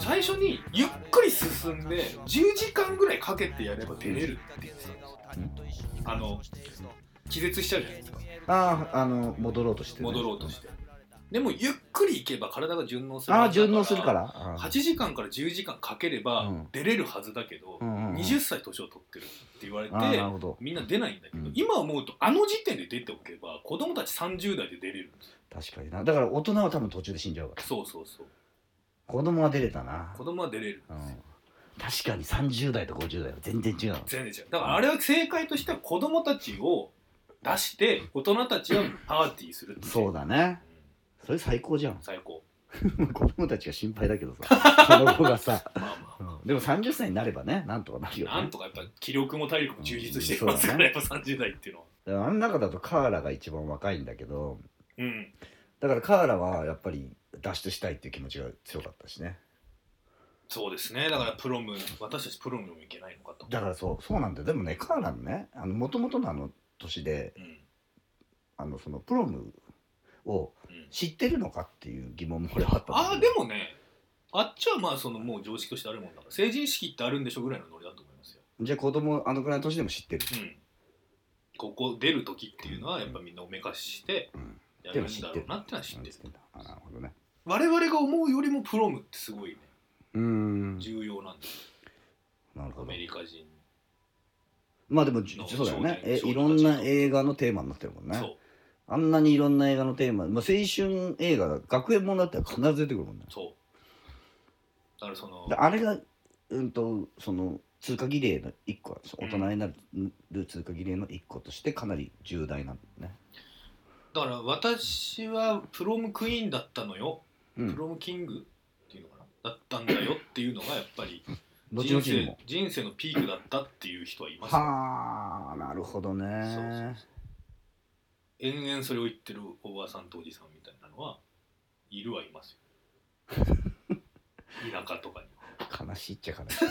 最初にゆっくり進んで10時間ぐらいかけてやれば出れるって言ってた、気絶しちゃうじゃないですか。 戻ろうとして、ね、 でもゆっくり行けば体が順応するから順応するから 8時間から10時間かければ出れるはずだけど、20歳年を取ってるって言われてみんな出ないんだけど、今思うとあの時点で出ておけば子供たち30代で出れるんですよ。 確かにな。だから大人は多分途中で死んじゃうから。 そう子供は出れたな。 子供は出れる、 確かに30代と50代は全然違う。 だからあれは正解としては子供たちを出して大人たちはパーティーするってそうだね、それ最高じゃん。 最高子供たちが心配だけどさその子がさでも30歳になればねなんとかなるよね。 なんとかやっぱ気力も体力も充実してますから、やっぱ30代っていうのは。 だからあの中だとカーラが一番若いんだけど、だからカーラはやっぱり脱出したいっていう気持ちが強かったしね。そうですね。だから私たちプロムにも行けないのかと。 だからそうなんだよ。でもねカーラのねもともとの年で、そのプロムを知ってるのかっていう疑問も俺はあったんだけど。 でもねあっちはまあもう常識としてあるもんだから成人式ってあるんでしょぐらいのノリだと思いますよ。 じゃあ子供くらいの年でも知ってる、 ここ出る時っていうのはやっぱみんなおめかししてやるんだろうなってのは知ってる。 なるほどね。 我々が思うよりもプロムってすごいね重要なんですよ。なるほど。アメリカ人まあでもそうだよね。いろんな映画のテーマになってるもんね。そうあんなにいろんな映画のテーマ、青春映画だ学園ものだったら必ず出てくるもんね。そうだからあれがその通過儀礼の一個、大人になる通過儀礼の一個としてかなり重大なんだね。 だから私はプロムクイーンだったのよ、プロムキングっていうのかなだったんだよっていうのがやっぱり人生のピークだったっていう人はいます。 はあ、なるほどね。 延々それを言ってるおばあさんとおじさんみたいなのはいるはいますよ田舎とかには。悲しいっちゃ悲しい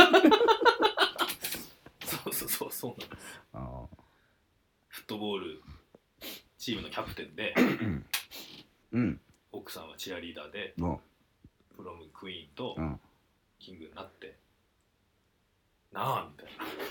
そうなんです。フットボールチームのキャプテンで奥さんはチアリーダーでプロムクイーンとキングになってなあみたい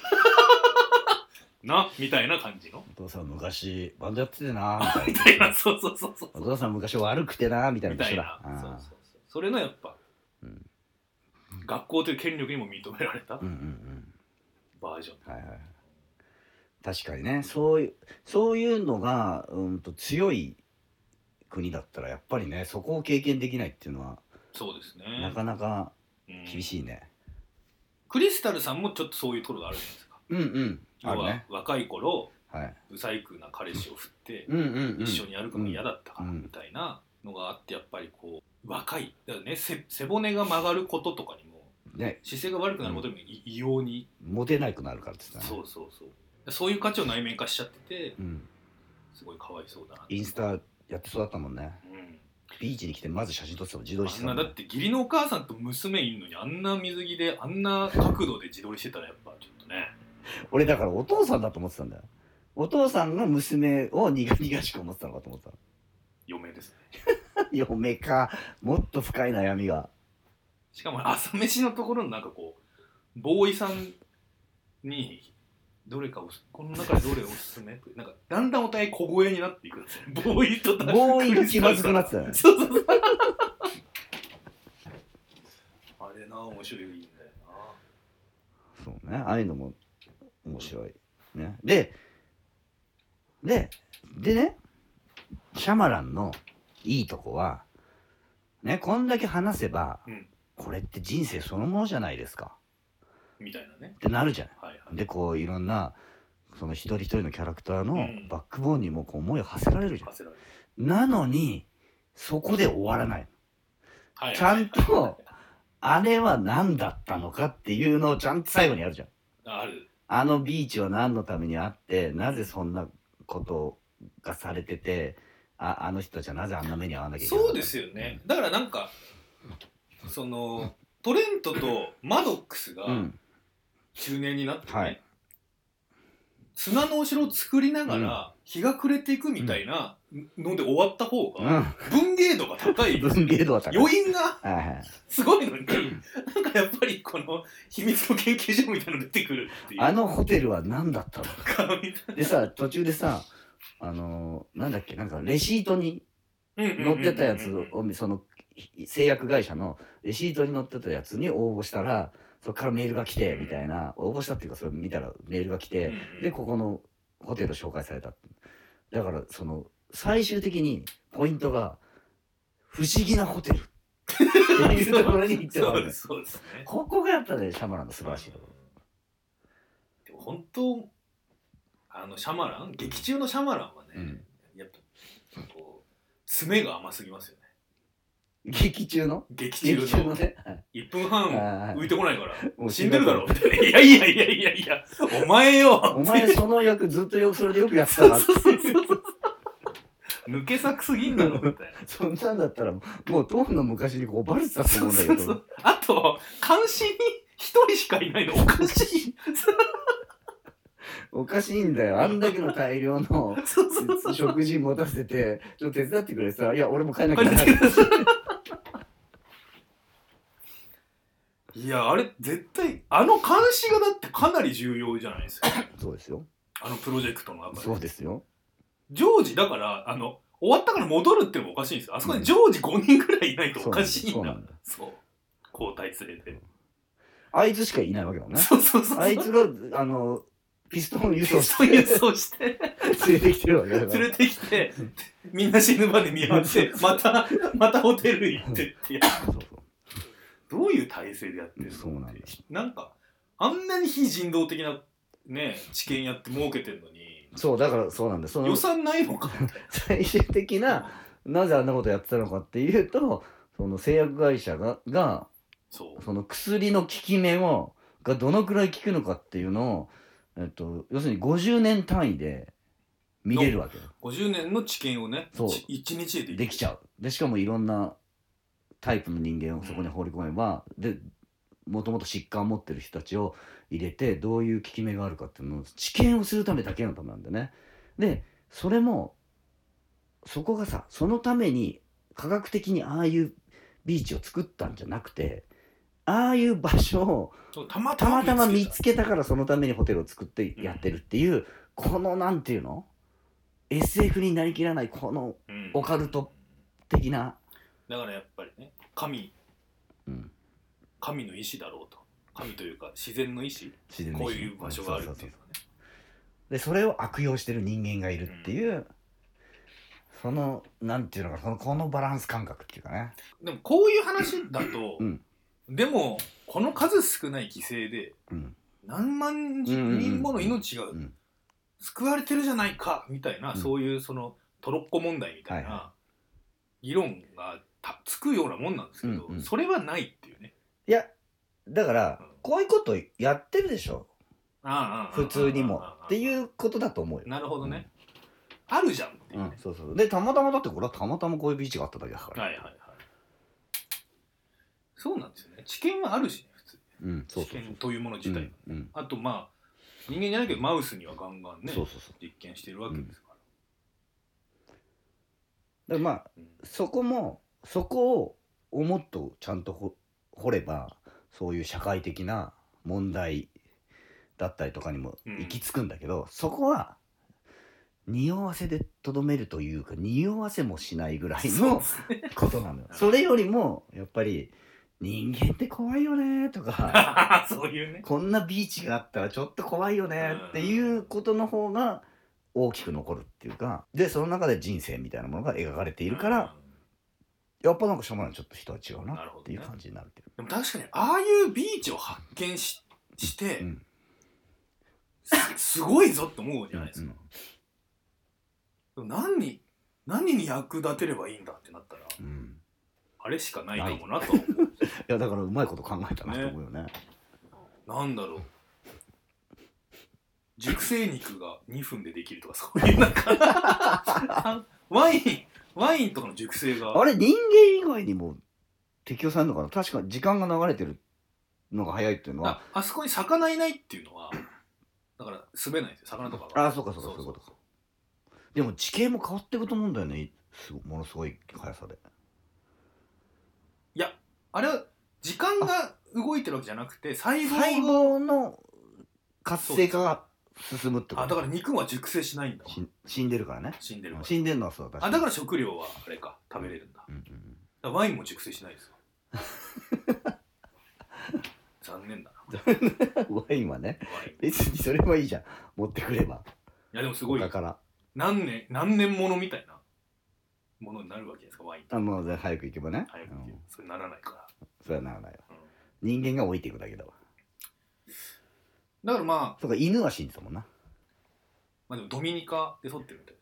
ななみたいな感じの。 お父さん昔バンドやっててなみたいなそうお父さん昔悪くてなみたいな。 それのやっぱ学校という権力にも認められたバージョン。 確かにね、そういうのが強い国だったらやっぱりねそこを経験できないっていうのはそうですね、 なかなか厳しいね。 クリスタルさんもちょっとそういうところがあるじゃないですか。要は若い頃ブサイクな彼氏を振って一緒にやるのが嫌だったからみたいなのがあって、やっぱりこう若いだからね、背骨が曲がることとかにも姿勢が悪くなることにも異様にモテなくなるからって言ってたね。そういう価値を内面化しちゃってて、すごいかわいそうだな。 インスタやってそうだったもんね。ビーチに来てまず写真撮ってたもん、自撮りしてたもんね。 だって義理のお母さんと娘いんのにあんな水着であんな角度で自撮りしてたらやっぱちょっとね俺だからお父さんだと思ってたんだよ。お父さんが娘を苦々しく思ってたのかと思ってた。 嫁ですね嫁か。もっと深い悩みが。 しかも朝飯のところのなんかこうボーイさんにどれかこの中でどれおすすめなんかだんだんお互い小声になっていくんですよ。ボーイが気まずくなってたよね。 あれな面白いんだよな。 そうね、ああいうのも面白いね。でね、シャマランのいいとこはね、こんだけ話せば、これって人生そのものじゃないですかみたいなねってなるじゃない。でこういろんなその一人一人のキャラクターのバックボーンにもこう思いを馳せられるじゃん。なのにそこで終わらない、ちゃんとあれは何だったのかっていうのをちゃんと最後にやるじゃん。あのビーチは何のためにあってなぜそんなことがされてて、あの人たちはなぜあんな目に遭わなきゃいけない。 そうですよね。だからなんかそのトレントとマドックスが中年になってね、 砂のお城を作りながら日が暮れていくみたいなので終わった方が文芸度が高い、 文芸度が高い、 余韻がすごいのに、なんかやっぱりこの秘密の研究所みたいなの出てくるっていう。 あのホテルは何だったのかでさ、途中でさ、なんだっけ、なんかレシートに載ってたやつを、その製薬会社のレシートに載ってたやつに応募したら、そこからメールが来てみたいな、応募したっていうか、それ見たらメールが来て、でここのホテル紹介された。だからその最終的にポイントが不思議なホテルっていうところに行ってるわけです。 そうですね。 ここがやっぱね、シャマランの素晴らしいところ。 でも本当シャマラン、劇中のシャマランはね、やっぱこう詰めが甘すぎますよね。 劇中のね、1分半浮いてこないからもう死んでるだろみたいな。いやお前よ、 お前その役ずっとそれでよくやってたなって抜け作すぎんだろみたいな。 そんなんだったらもう当の昔にこうバレてたと思うんだけどあと監視に1人しかいないのおかしいおかしいんだよ。あんだけの大量の食事持たせてちょっと手伝ってくれさ、いや俺も帰んなきゃならないいや、あれ絶対監視がだってかなり重要じゃないですか。 そうですよ。 プロジェクトの中で。 そうですよ。 常時だから終わったから戻るってのもおかしいんですよ。あそこに常時5人ぐらいいないとおかしいんだ。そう交代連れて。 あいつしかいないわけだもんね。 そうあいつがピストン輸送して連れてきてるわけだから。 連れてきてみんな死ぬまで見合ってまたホテル行ってってやる。どういう体制でやってるの？ そうなんだ。 なんかあんなに非人道的なね知見やって儲けてるのに。 そうだからそうなんだ。 予算ないのか最終的ななぜあんなことやってたのかっていうと、その製薬会社がその薬の効き目がどのくらい効くのかっていうのを、要するに50年単位で見れるわけよ。 50年の知見をね、 そう 1日できちゃう。でしかもいろんなタイプの人間をそこに放り込めば、でもともと疾患を持ってる人たちを入れてどういう効き目があるかっていうのを知見をするためだけのためなんだよね。でそれもそこがさ、そのために科学的にああいうビーチを作ったんじゃなくて、ああいう場所をたまたま見つけたからそのためにホテルを作ってやってるっていう、このなんていうの SF になりきらないこのオカルト的な、 だからやっぱりね神の意志だろうと。神というか自然の意志、こういう場所があるっていうのはね。 でそれを悪用してる人間がいるっていう、そのなんていうのか、このバランス感覚っていうかね。 でもこういう話だと、でもこの数少ない犠牲で何万人もの命が救われてるじゃないかみたいな、そういうそのトロッコ問題みたいな議論がつくようなもんなんですけど、それはないっていうね。 いやだからこういうことやってるでしょ、普通にもっていうことだと思うよ。 なるほどね、あるじゃんっていうね。 そうそう。でたまたまだってこれはたまたまこういうビーチがあっただけだから。 はいはいはい。そうなんですよね。知見はあるしね、普通。知見というもの自体は。あとまあ人間じゃないけどマウスにはガンガンね実験してるわけですから。 だからまあそこをもっとちゃんと掘れば、そういう社会的な問題だったりとかにも行き着くんだけど、そこは匂わせでとどめるというか、匂わせもしないぐらいのことなのよ。それよりもやっぱり人間って怖いよねとかそういうね、 こんなビーチがあったらちょっと怖いよねっていうことの方が大きく残るっていうか、でその中で人生みたいなものが描かれているから、やっぱなんかしょうがない、ちょっと人は違うなっていう感じになるっていう。 でも確かにああいうビーチを発見して、すごいぞって思うじゃないですか。でも何に役立てればいいんだってなったら、あれしかないかもなと思う。いやだからうまいこと考えたなと思うよね。 なんだろう、熟成肉が2分でできるとか、そういうなんかワインとかの熟成があれ人間以外にも適用されるのかな。確か時間が流れてるのが早いっていうのは、 あそこに魚いないっていうのはだから滑らないんですよ、魚とかが。 ああ、そうかそうか、そういうことか。でも地形も変わっていくと思うんだよね、ものすごい速さで。 いや、あれは時間が動いてるわけじゃなくて、細胞の活性化が進むってこと。 あ、だから肉は熟成しないんだ。 死んでるからね。 死んでるから。 死んでるのはそうだ。 あ、だから食料はあれか、食べれるんだ。だワインも熟成しないですよ。残念だな。ワインはね。別にそれはいいじゃん。持ってくれば。 いやでもすごい。 だから何年ものみたいなものになるわけですか、ワイン。 あ、もう早く行けばね。 早く行けば。それならないから。 それはならないよ。人間が置いていくだけだわ。 だからまあ。 そうか、犬は死んでたもんな。 まあでもドミニカで撮ってるみたいです。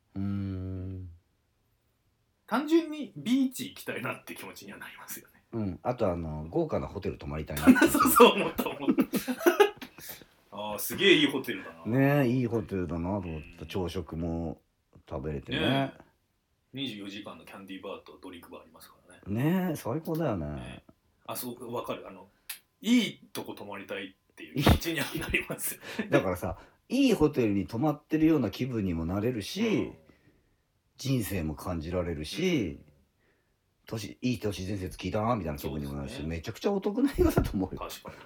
単純にビーチ行きたいなって気持ちにはなりますよね。 うん。あと豪華なホテル泊まりたいな。 そう思った。ああ、すげえいいホテルだな。 ねえ、いいホテルだなと思った。朝食も食べれてね。 24時間のキャンディーバーとドリンクバーありますからね。 ねえ、最高だよね。 あ、そう、わかる。いいとこ泊まりたいっていう気持ちにはなりますよ。 だからさ、いいホテルに泊まってるような気分にもなれるし、人生も感じられるし、いい都市伝説聞いたなみたいな気分にもなるし、めちゃくちゃお得な映画だと思うよ。 確かに。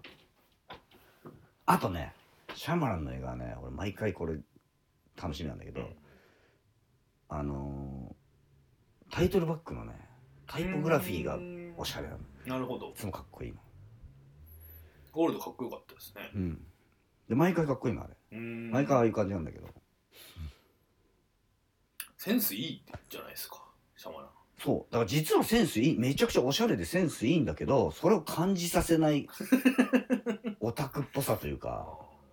あとね、シャマランの映画はね、俺毎回これ楽しみなんだけど、タイトルバックのね、タイポグラフィーがおしゃれなの。 なるほど。 いつもかっこいいの。 ゴールドかっこよかったですね。 うん。で、毎回かっこいいのあれ。毎回ああいう感じなんだけど。 センスいいじゃないですか、シャマラン。 そう。だから実はセンスいい、めちゃくちゃおしゃれでセンスいいんだけど、それを感じさせないオタクっぽさというか。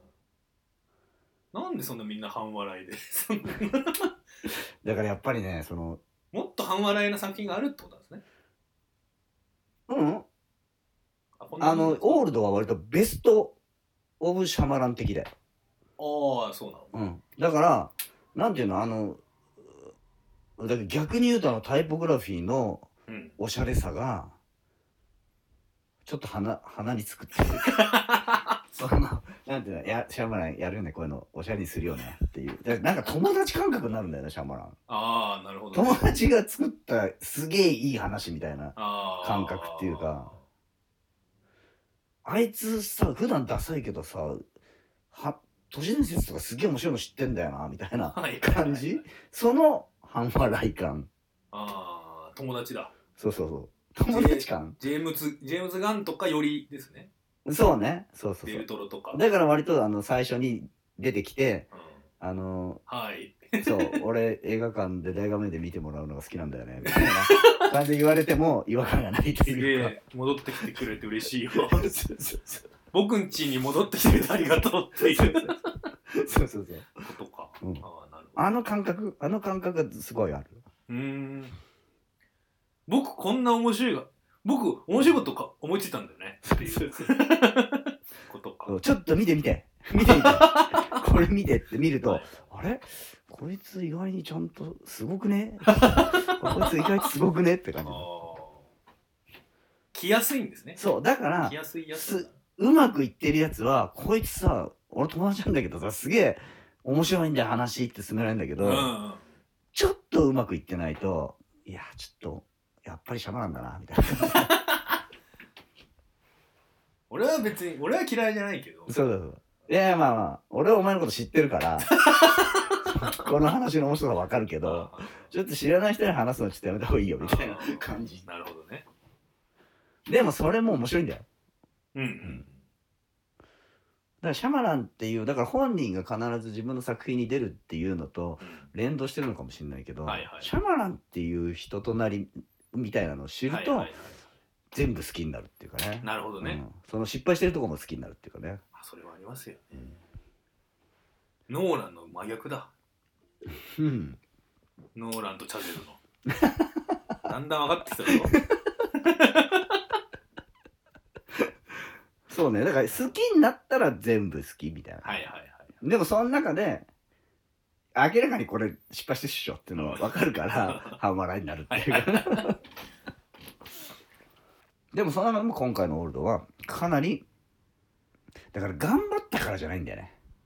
なんでそんなみんな半笑いでだからやっぱりね、 もっと半笑いな作品があるってことなんですね。 うん。オールドは割とベストオブシャマラン的だよ。 ああ、そうなの。 うん。だから、なんていうの、だから逆に言うとタイポグラフィーのおしゃれさが、ちょっと鼻につくっていうか、なんていうの、シャマランやるよね、こういうの、おしゃれにするよねっていう。なんか友達感覚になるんだよね、シャマラン。 ああ、なるほど、 友達が作ったすげえいい話みたいな感覚っていうか、あいつさ、普段ダサいけどさ、都市伝説とかすげえ面白いの知ってんだよな、みたいな感じ。その半笑い感。 ああ、友達だ。 そうそうそう。友達感。 ジェームズ・ガンとかよりですね。 そうね。そうそうそう。 デルトロとか。 だから割と最初に出てきて、 はい。 そう、俺映画館で大画面で見てもらうのが好きなんだよね、みたいな感じで言われても違和感がないというか。 すげえ、戻ってきてくれて嬉しいよ。僕ん家に戻ってきてくれてありがとうっていう。 そうそうそう。 ことか。 あの感覚がすごいある。 僕こんな面白いことか思いついたんだよねっていうことか。 ちょっと見てこれ見てって見ると、あれこいつ意外にちゃんとすごくねこいつ意外とすごくねって感じ。 来やすいんですね。 そう、だから来やすいやつうまくいってるやつは、こいつさ、俺友達なんだけどさ、すげえ面白いんだよ話って進められるんだけど、ちょっとうまくいってないと、いやちょっとやっぱりシャマランだなみたいな。 俺は嫌いじゃないけど。 そういやまあ俺はお前のこと知ってるからこの話の面白さわかるけど、ちょっと知らない人に話すのちょっとやめた方がいいよみたいな感じ。 なるほどね。 でもそれも面白いんだよ。 だからシャマランっていう、だから本人が必ず自分の作品に出るっていうのと連動してるのかもしれないけど、シャマランっていう人となりみたいなのを知ると全部好きになるっていうかね。 なるほどね。 その失敗してるところも好きになるっていうかね。 それはありますよね。ノーランの真逆だ。ノーランとチャゼルの。だんだん分かってきたぞ。 そうね、だから好きになったら全部好きみたいな。でもその中で明らかにこれ失敗してっしょっていうのは分かるから半笑いになるっていうか。でもその中でも今回のオールドはかなりだから頑張ったからじゃないんだよね。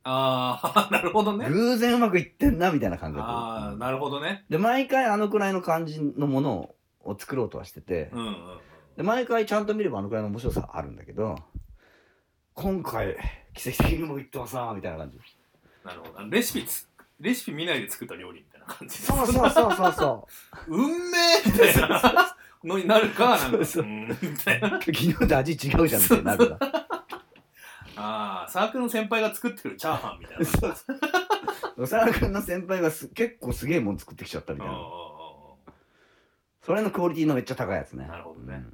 ああなるほどね。 偶然うまくいってんなみたいな感覚。 ああなるほどね。 で毎回あのくらいの感じのものを作ろうとはしてて、 うんうんうん、 で毎回ちゃんと見ればあのくらいの面白さあるんだけど、今回奇跡的にうまくいってますなみたいな感じ。 なるほど。レシピ見ないで作った料理みたいな感じです。 そうそうそうそうそう運命みたいなのになるか、なんかそうみたいな。 昨日と味違うじゃんってなるか。 ああ、サークルの先輩が作ってるチャーハンみたいな。 そうサークルの先輩が結構すげえもん作ってきちゃったみたいな。それのクオリティのめっちゃ高いやつね。 なるほどね。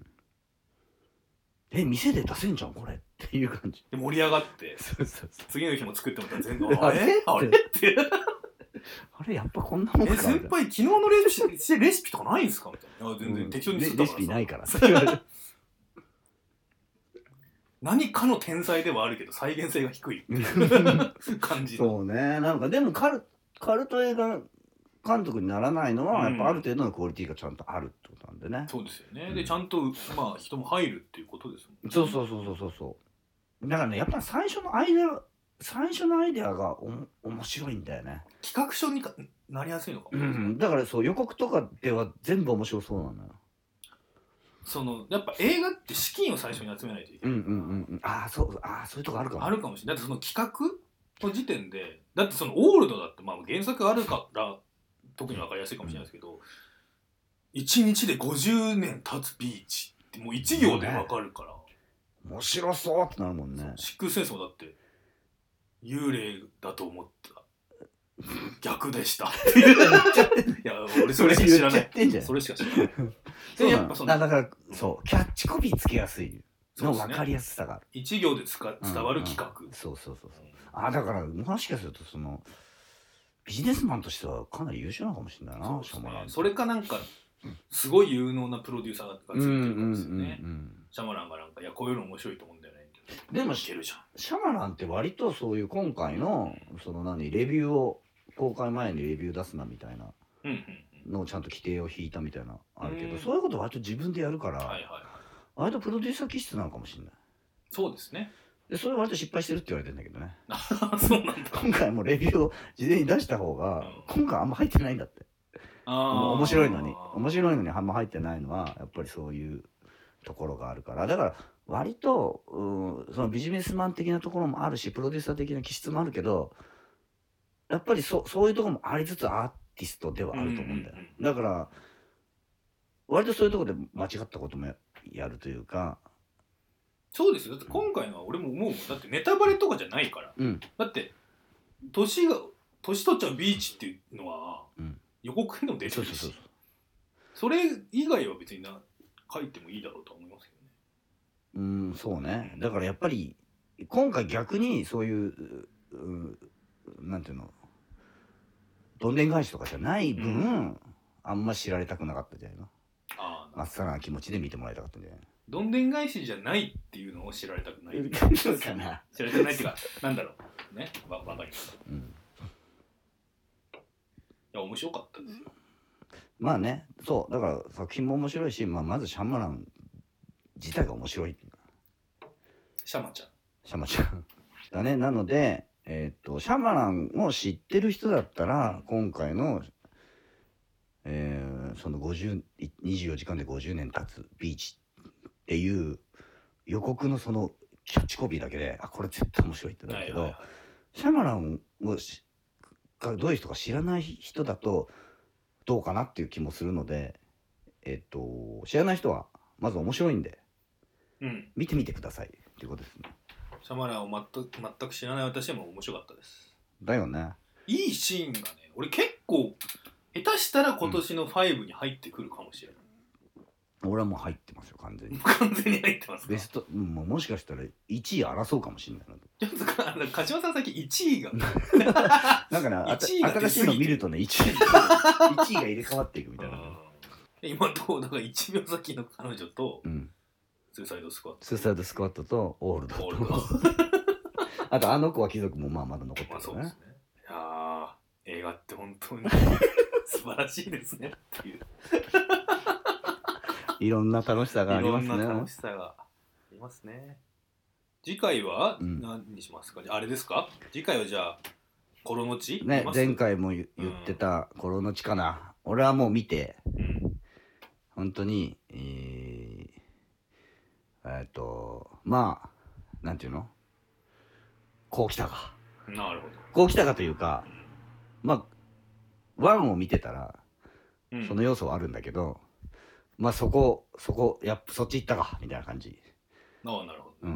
店で出せんじゃんこれっていう感じ。 で盛り上がって、 そうそうそう、 次の日も作ってもらったら全部あれってあれやっぱこんなもんか。 先輩昨日のレシピとかないんですかみたいな。全然適当に作ったから。 レシピないから何かの天才ではあるけど再現性が低い感じ。 そうね。なんかでもカルト映画監督にならないのはやっぱある程度のクオリティがちゃんとあるってことなんでね。 そうですよね。でちゃんとまあ人も入るっていうことですもんね。 そう。だからねやっぱ最初のアイデアが面白いんだよね。 企画書になりやすいのかも。だからそう予告とかでは全部面白そうなのよ。 やっぱ映画って資金を最初に集めないといけない。 そういうとこあるかも。 あるかもしれない。だってその企画の時点で、だってそのオールドだってまあ原作あるから特に分かりやすいかもしれないですけど、1日で50年経つビーチってもう1行で分かるから。面白そうってなるもんね。 シックスセンスもだって幽霊だと思った逆でしたっていう。いや俺それしか知らない。それしか知らない。 でやっぱだからそうキャッチコピーつけやすいの分かりやすさがある。 1行で伝わる企画。 そう。だからもしかするとそのビジネスマンとしてはかなり優秀なのかもしれないな。シャマラン。 それかなんかすごい有能なプロデューサーがついてるかもしれないね。シャマランがなんかいやこういうの面白いと思うんだよね。 でもシャマランって割とそういう今回のそのレビューを公開前にレビュー出すなみたいなのをちゃんと規定を引いたみたいなあるけど、そういうこと割と自分でやるから割とプロデューサー気質なのかもしれない。そうですね。でそれ割と失敗してるって言われてるんだけどね。そうなんだ。今回もレビューを事前に出した方が今回あんま入ってないんだって。面白いのにあんま入ってないのはやっぱりそういうところがあるから。だから割とそのビジネスマン的なところもあるしプロデューサー的な気質もあるけどやっぱりそういうところもありつつアーティストではあると思うんだよ。だから割とそういうところで間違ったこともやるというか。 そうですよ。だって今回のは俺も思う。だってネタバレとかじゃないから、だって年取っちゃうビーチっていうのは予告編でも出てるし、それ以外は別に書いてもいいだろうと思いますけどね。 そうね。だからやっぱり今回逆にそういうなんていうのどんでん返しとかじゃない分、あんま知られたくなかったじゃないの。まっさらな気持ちで見てもらいたかったんじゃないの。 どんでん返しじゃないっていうのを知られたくない。 そうかな。 知られたくないっていうかなんだろうね。わかります。いや面白かったですよ。 まあね、そうだから作品も面白いし、まずシャマラン自体が面白いっていうか。 シャマちゃんだね。なのでシャマランを知ってる人だったら今回のその24時間で50年経つビーチっていう予告のそのキャッチコピーだけでこれ絶対面白いってなるけど、シャマランがどういう人か知らない人だとどうかなっていう気もするので、知らない人はまず面白いんで、見てみてくださいっていうことですね。 シャマランを全く知らない私でも面白かったです。 だよね。 いいシーンがね、俺結構下手したら今年の5に入ってくるかもしれない。 俺はもう入ってますよ完全に。 完全に入ってますか。 ベストもしかしたら1位争うかもしれないなと。 ちょっと柏さん最近1位がなんかね新しいの見るとね1位が入れ替わっていくみたいな。 今どうだから1秒先の彼女と、スーサイドスクワットとオールドとあとあの子は貴族もまだ残ってるね。 そうですね。いや映画って本当に素晴らしいですねっていういろんな楽しさがありますね。 いろんな楽しさがありますね。 次回は何にしますか、あれですか、次回はじゃあコロのちね、前回も言ってたコロのちかな。俺はもう見て、本当にまあなんていうの、こう来たか。 なるほど。 こう来たかというか、まあワンを見てたらその要素はあるんだけど、まあそこやっぱそっち行ったかみたいな感じ。 なるほど。 うん、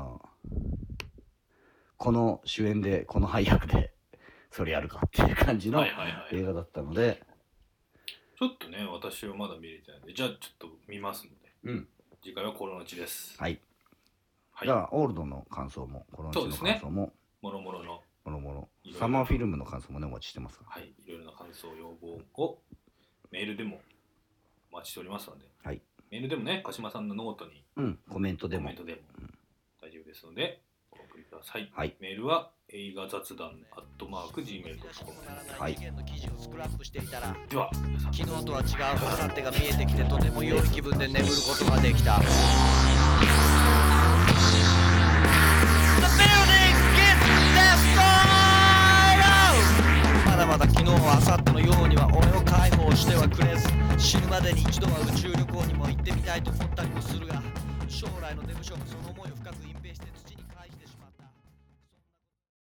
この主演でこの配役でそれやるかっていう感じの映画だったので、 ちょっとね私はまだ見れてないんで、じゃあちょっと見ますので、次回はコロのちです。 はい。じゃあオールドの感想もコロのちの感想も、 もろもろサマーフィルムの感想もねお待ちしてますから。 はい、いろいろな感想要望をメールでもお待ちしておりますので、 はい、 メールでもね、鹿島さんのノートに、 コメントでも大丈夫ですのでお送りください。 はい、 メールは映画雑談@gmail.com。 はい。 では昨日とは違う明後日が見えてきて、とても良い気分で眠ることができた。まだまだ昨日は明後日のようには俺を解放してはくれず、死ぬまでに一度は宇宙旅行にも行ってみたいと思ったりもするが、将来の出不精がその思いを